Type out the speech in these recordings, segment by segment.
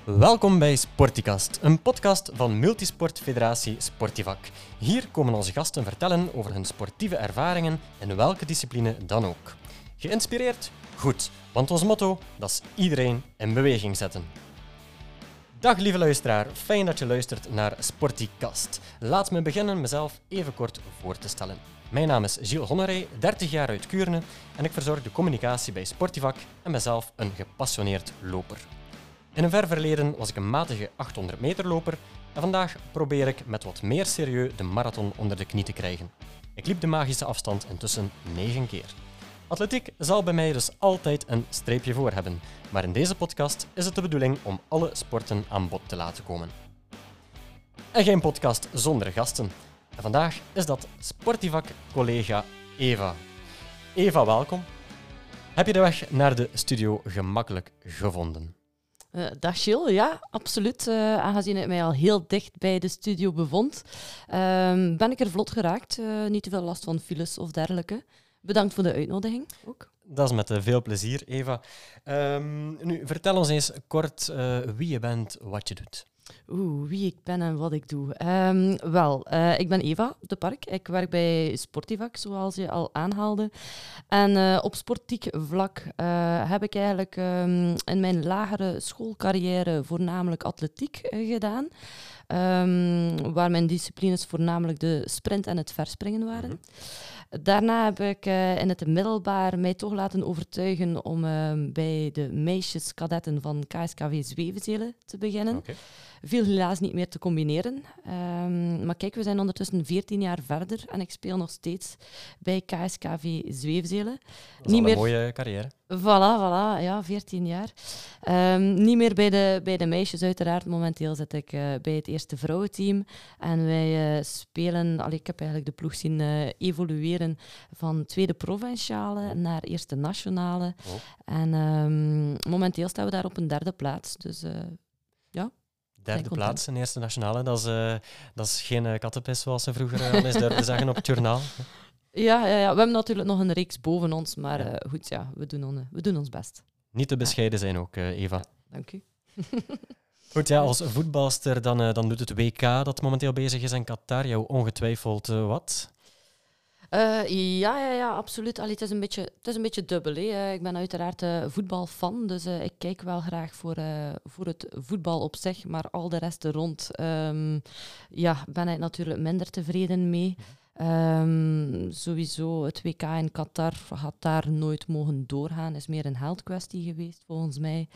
Welkom bij Sporticast, een podcast van Multisportfederatie Sportivac. Hier komen onze gasten vertellen over hun sportieve ervaringen in welke discipline dan ook. Geïnspireerd? Goed, want ons motto, dat is iedereen in beweging zetten. Dag lieve luisteraar, fijn dat je luistert naar Sporticast. Laat me beginnen mezelf even kort voor te stellen. Mijn naam is Gilles Honnerey, 30 jaar uit Kuurne en ik verzorg de communicatie bij Sportivac en ben zelf een gepassioneerd loper. In een ver verleden was ik een matige 800 meter loper en vandaag probeer ik met wat meer serieus de marathon onder de knie te krijgen. Ik liep de magische afstand intussen 9 keer. Atletiek zal bij mij dus altijd een streepje voor hebben, maar in deze podcast is het de bedoeling om alle sporten aan bod te laten komen. En geen podcast zonder gasten. En vandaag is dat Sportivac-collega Eva. Eva, welkom. Heb je de weg naar de studio gemakkelijk gevonden? Dag Gilles, ja, absoluut. Aangezien ik mij al heel dicht bij de studio bevond, ben ik er vlot geraakt. Niet te veel last van files of dergelijke. Bedankt voor de uitnodiging ook. Dat is met veel plezier, Eva. Nu, vertel ons eens kort wie je bent, wat je doet. Wie ik ben en wat ik doe. Ik ben Eva de Park. Ik werk bij Sportivac, zoals je al aanhaalde. En op sportiek vlak heb ik eigenlijk in mijn lagere schoolcarrière voornamelijk atletiek gedaan. Waar mijn disciplines voornamelijk de sprint en het verspringen waren. Daarna heb ik in het middelbaar mij toch laten overtuigen om bij de meisjeskadetten van KSKV Zwevenzelen te beginnen. Okay. Viel helaas niet meer te combineren. Maar kijk, we zijn ondertussen 14 jaar verder en ik speel nog steeds bij KSKV Zwevenzelen. Dat is al een mooie carrière. Voilà, ja, 14 jaar. Niet meer bij de meisjes uiteraard. Momenteel zit ik bij het eerste vrouwenteam. En wij spelen, ik heb eigenlijk de ploeg zien evolueren van tweede provinciale naar eerste nationale. Oh. En momenteel staan we daar op een derde plaats. Dus ja. Derde plaats in eerste nationale, dat is geen kattenpis zoals ze vroeger al eens durfden zeggen op het journaal. Ja, we hebben natuurlijk nog een reeks boven ons, maar goed, ja, we doen ons best. Niet te bescheiden zijn ook, Eva. Ja, dank u. Goed, ja, als voetbalster dan doet het WK dat momenteel bezig is in Qatar jou ongetwijfeld wat? Ja, absoluut. Het is een beetje dubbel. Hè. Ik ben uiteraard voetbalfan, dus ik kijk wel graag voor het voetbal op zich, maar al de rest er rond ben ik natuurlijk minder tevreden mee. Sowieso, het WK in Qatar had daar nooit mogen doorgaan. Is meer een geldkwestie geweest, volgens mij.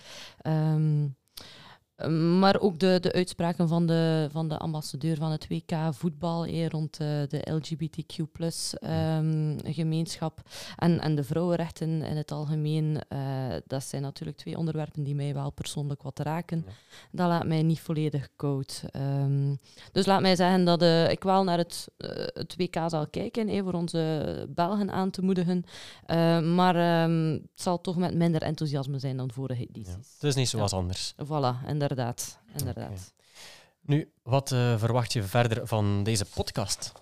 Maar ook de uitspraken van de ambassadeur van het WK voetbal rond de LGBTQ+-gemeenschap en de vrouwenrechten in het algemeen. Dat zijn natuurlijk twee onderwerpen die mij wel persoonlijk wat raken. Ja. Dat laat mij niet volledig koud. Dus laat mij zeggen dat ik wel naar het WK zal kijken, voor onze Belgen aan te moedigen. Maar het zal toch met minder enthousiasme zijn dan vorige edities. Ja. Het is niet zoals anders. Voilà, inderdaad. Okay. Nu, wat verwacht je verder van deze podcast?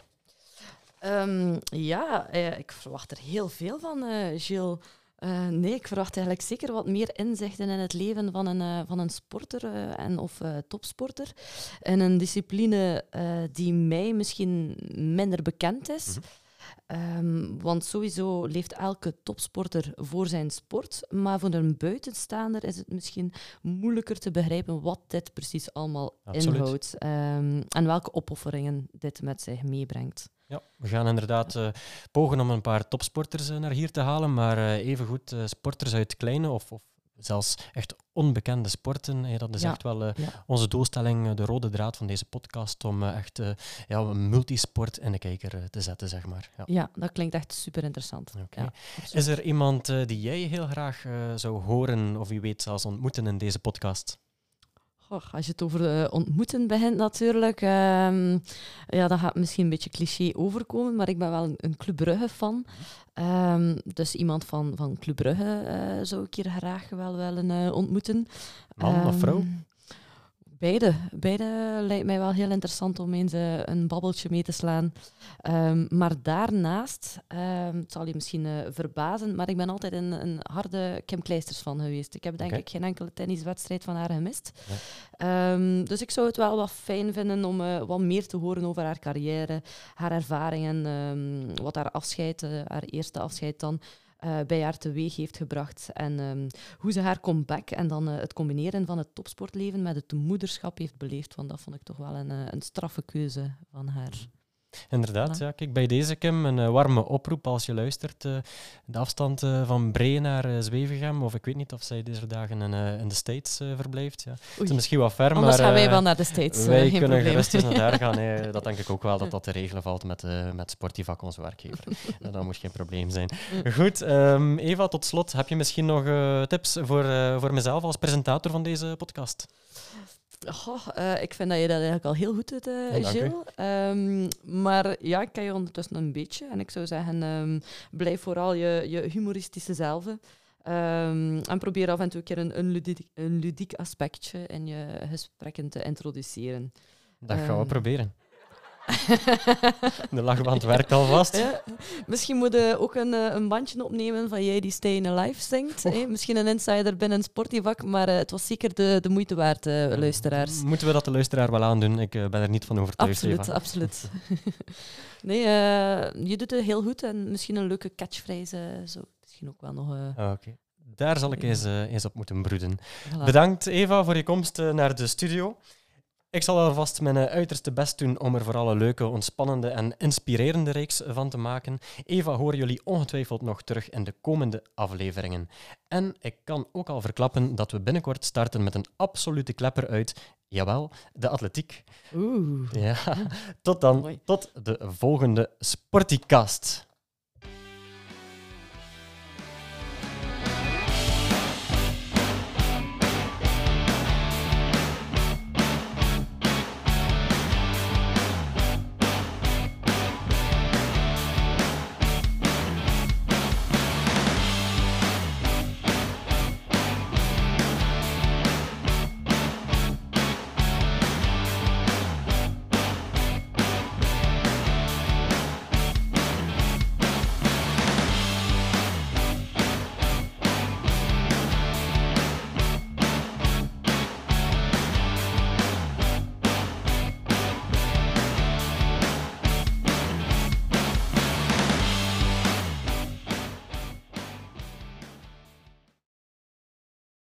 Ik verwacht er heel veel van, Gilles. Nee, ik verwacht eigenlijk zeker wat meer inzichten in het leven van een sporter of topsporter. In een discipline die mij misschien minder bekend is. Mm-hmm. Want sowieso leeft elke topsporter voor zijn sport, maar voor een buitenstaander is het misschien moeilijker te begrijpen wat dit precies allemaal inhoudt en welke opofferingen dit met zich meebrengt. Ja, we gaan inderdaad pogen om een paar topsporters naar hier te halen, maar evengoed sporters uit kleine of zelfs echt onbekende sporten. Dat is echt wel onze doelstelling, de rode draad van deze podcast, om echt een multisport in de kijker te zetten, zeg maar. Ja, dat klinkt echt super interessant. Okay. Ja, is er iemand die jij heel graag zou horen of wie weet zelfs ontmoeten in deze podcast? Als je het over ontmoeten begint natuurlijk, dat gaat misschien een beetje cliché overkomen, maar ik ben wel een Club Brugge-fan. Dus iemand van Club Brugge zou ik hier graag wel willen ontmoeten. Man of vrouw? Beide lijkt mij wel heel interessant om eens een babbeltje mee te slaan. Maar daarnaast, het zal je misschien verbazen, maar ik ben altijd een harde Kim Kleisters fan geweest. Ik heb denk ik geen enkele tenniswedstrijd van haar gemist. Ja. Dus ik zou het wel wat fijn vinden om wat meer te horen over haar carrière, haar ervaringen, wat haar eerste afscheid dan bij haar teweeg heeft gebracht. En hoe ze haar comeback en dan het combineren van het topsportleven met het moederschap heeft beleefd. Want dat vond ik toch wel een straffe keuze van haar. Inderdaad, ja. Kijk, bij deze, Kim, een warme oproep als je luistert. De afstand van Bree naar Zwevegem, of ik weet niet of zij deze dagen in de States verblijft. Ja. Het is misschien wat ver, anders maar gaan wij wel naar de States. Wij kunnen gerust eens naar daar gaan. Nee, dat denk ik ook wel, dat te regelen valt met Sportivak, onze werkgever. Dat moet geen probleem zijn. Goed, Eva, tot slot, heb je misschien nog tips voor mezelf als presentator van deze podcast? Ik vind dat je dat eigenlijk al heel goed doet, Gilles. Maar ja, ik ken je ondertussen een beetje. En ik zou zeggen, blijf vooral je humoristische zelf. En probeer af en toe een keer een ludiek aspectje in je gesprekken te introduceren. Dat gaan we proberen. De lachband werkt alvast. Ja. Misschien moet je ook een bandje opnemen van jij die Stayin' Alive zingt. Misschien een insider binnen Sportivak, maar het was zeker de moeite waard, luisteraars. Moeten we dat de luisteraar wel aandoen? Ik ben er niet van overtuigd. Absoluut. Nee, je doet het heel goed en misschien een leuke catchphrase. Zo. Misschien ook wel nog... Oké. Daar zal ik eens op moeten broeden. Voilà. Bedankt, Eva, voor je komst naar de studio. Ik zal alvast mijn uiterste best doen om er vooral een leuke, ontspannende en inspirerende reeks van te maken. Eva horen jullie ongetwijfeld nog terug in de komende afleveringen. En ik kan ook al verklappen dat we binnenkort starten met een absolute klepper uit, jawel, de atletiek. Oeh. Ja, tot dan. Mooi. Tot de volgende Sporticast.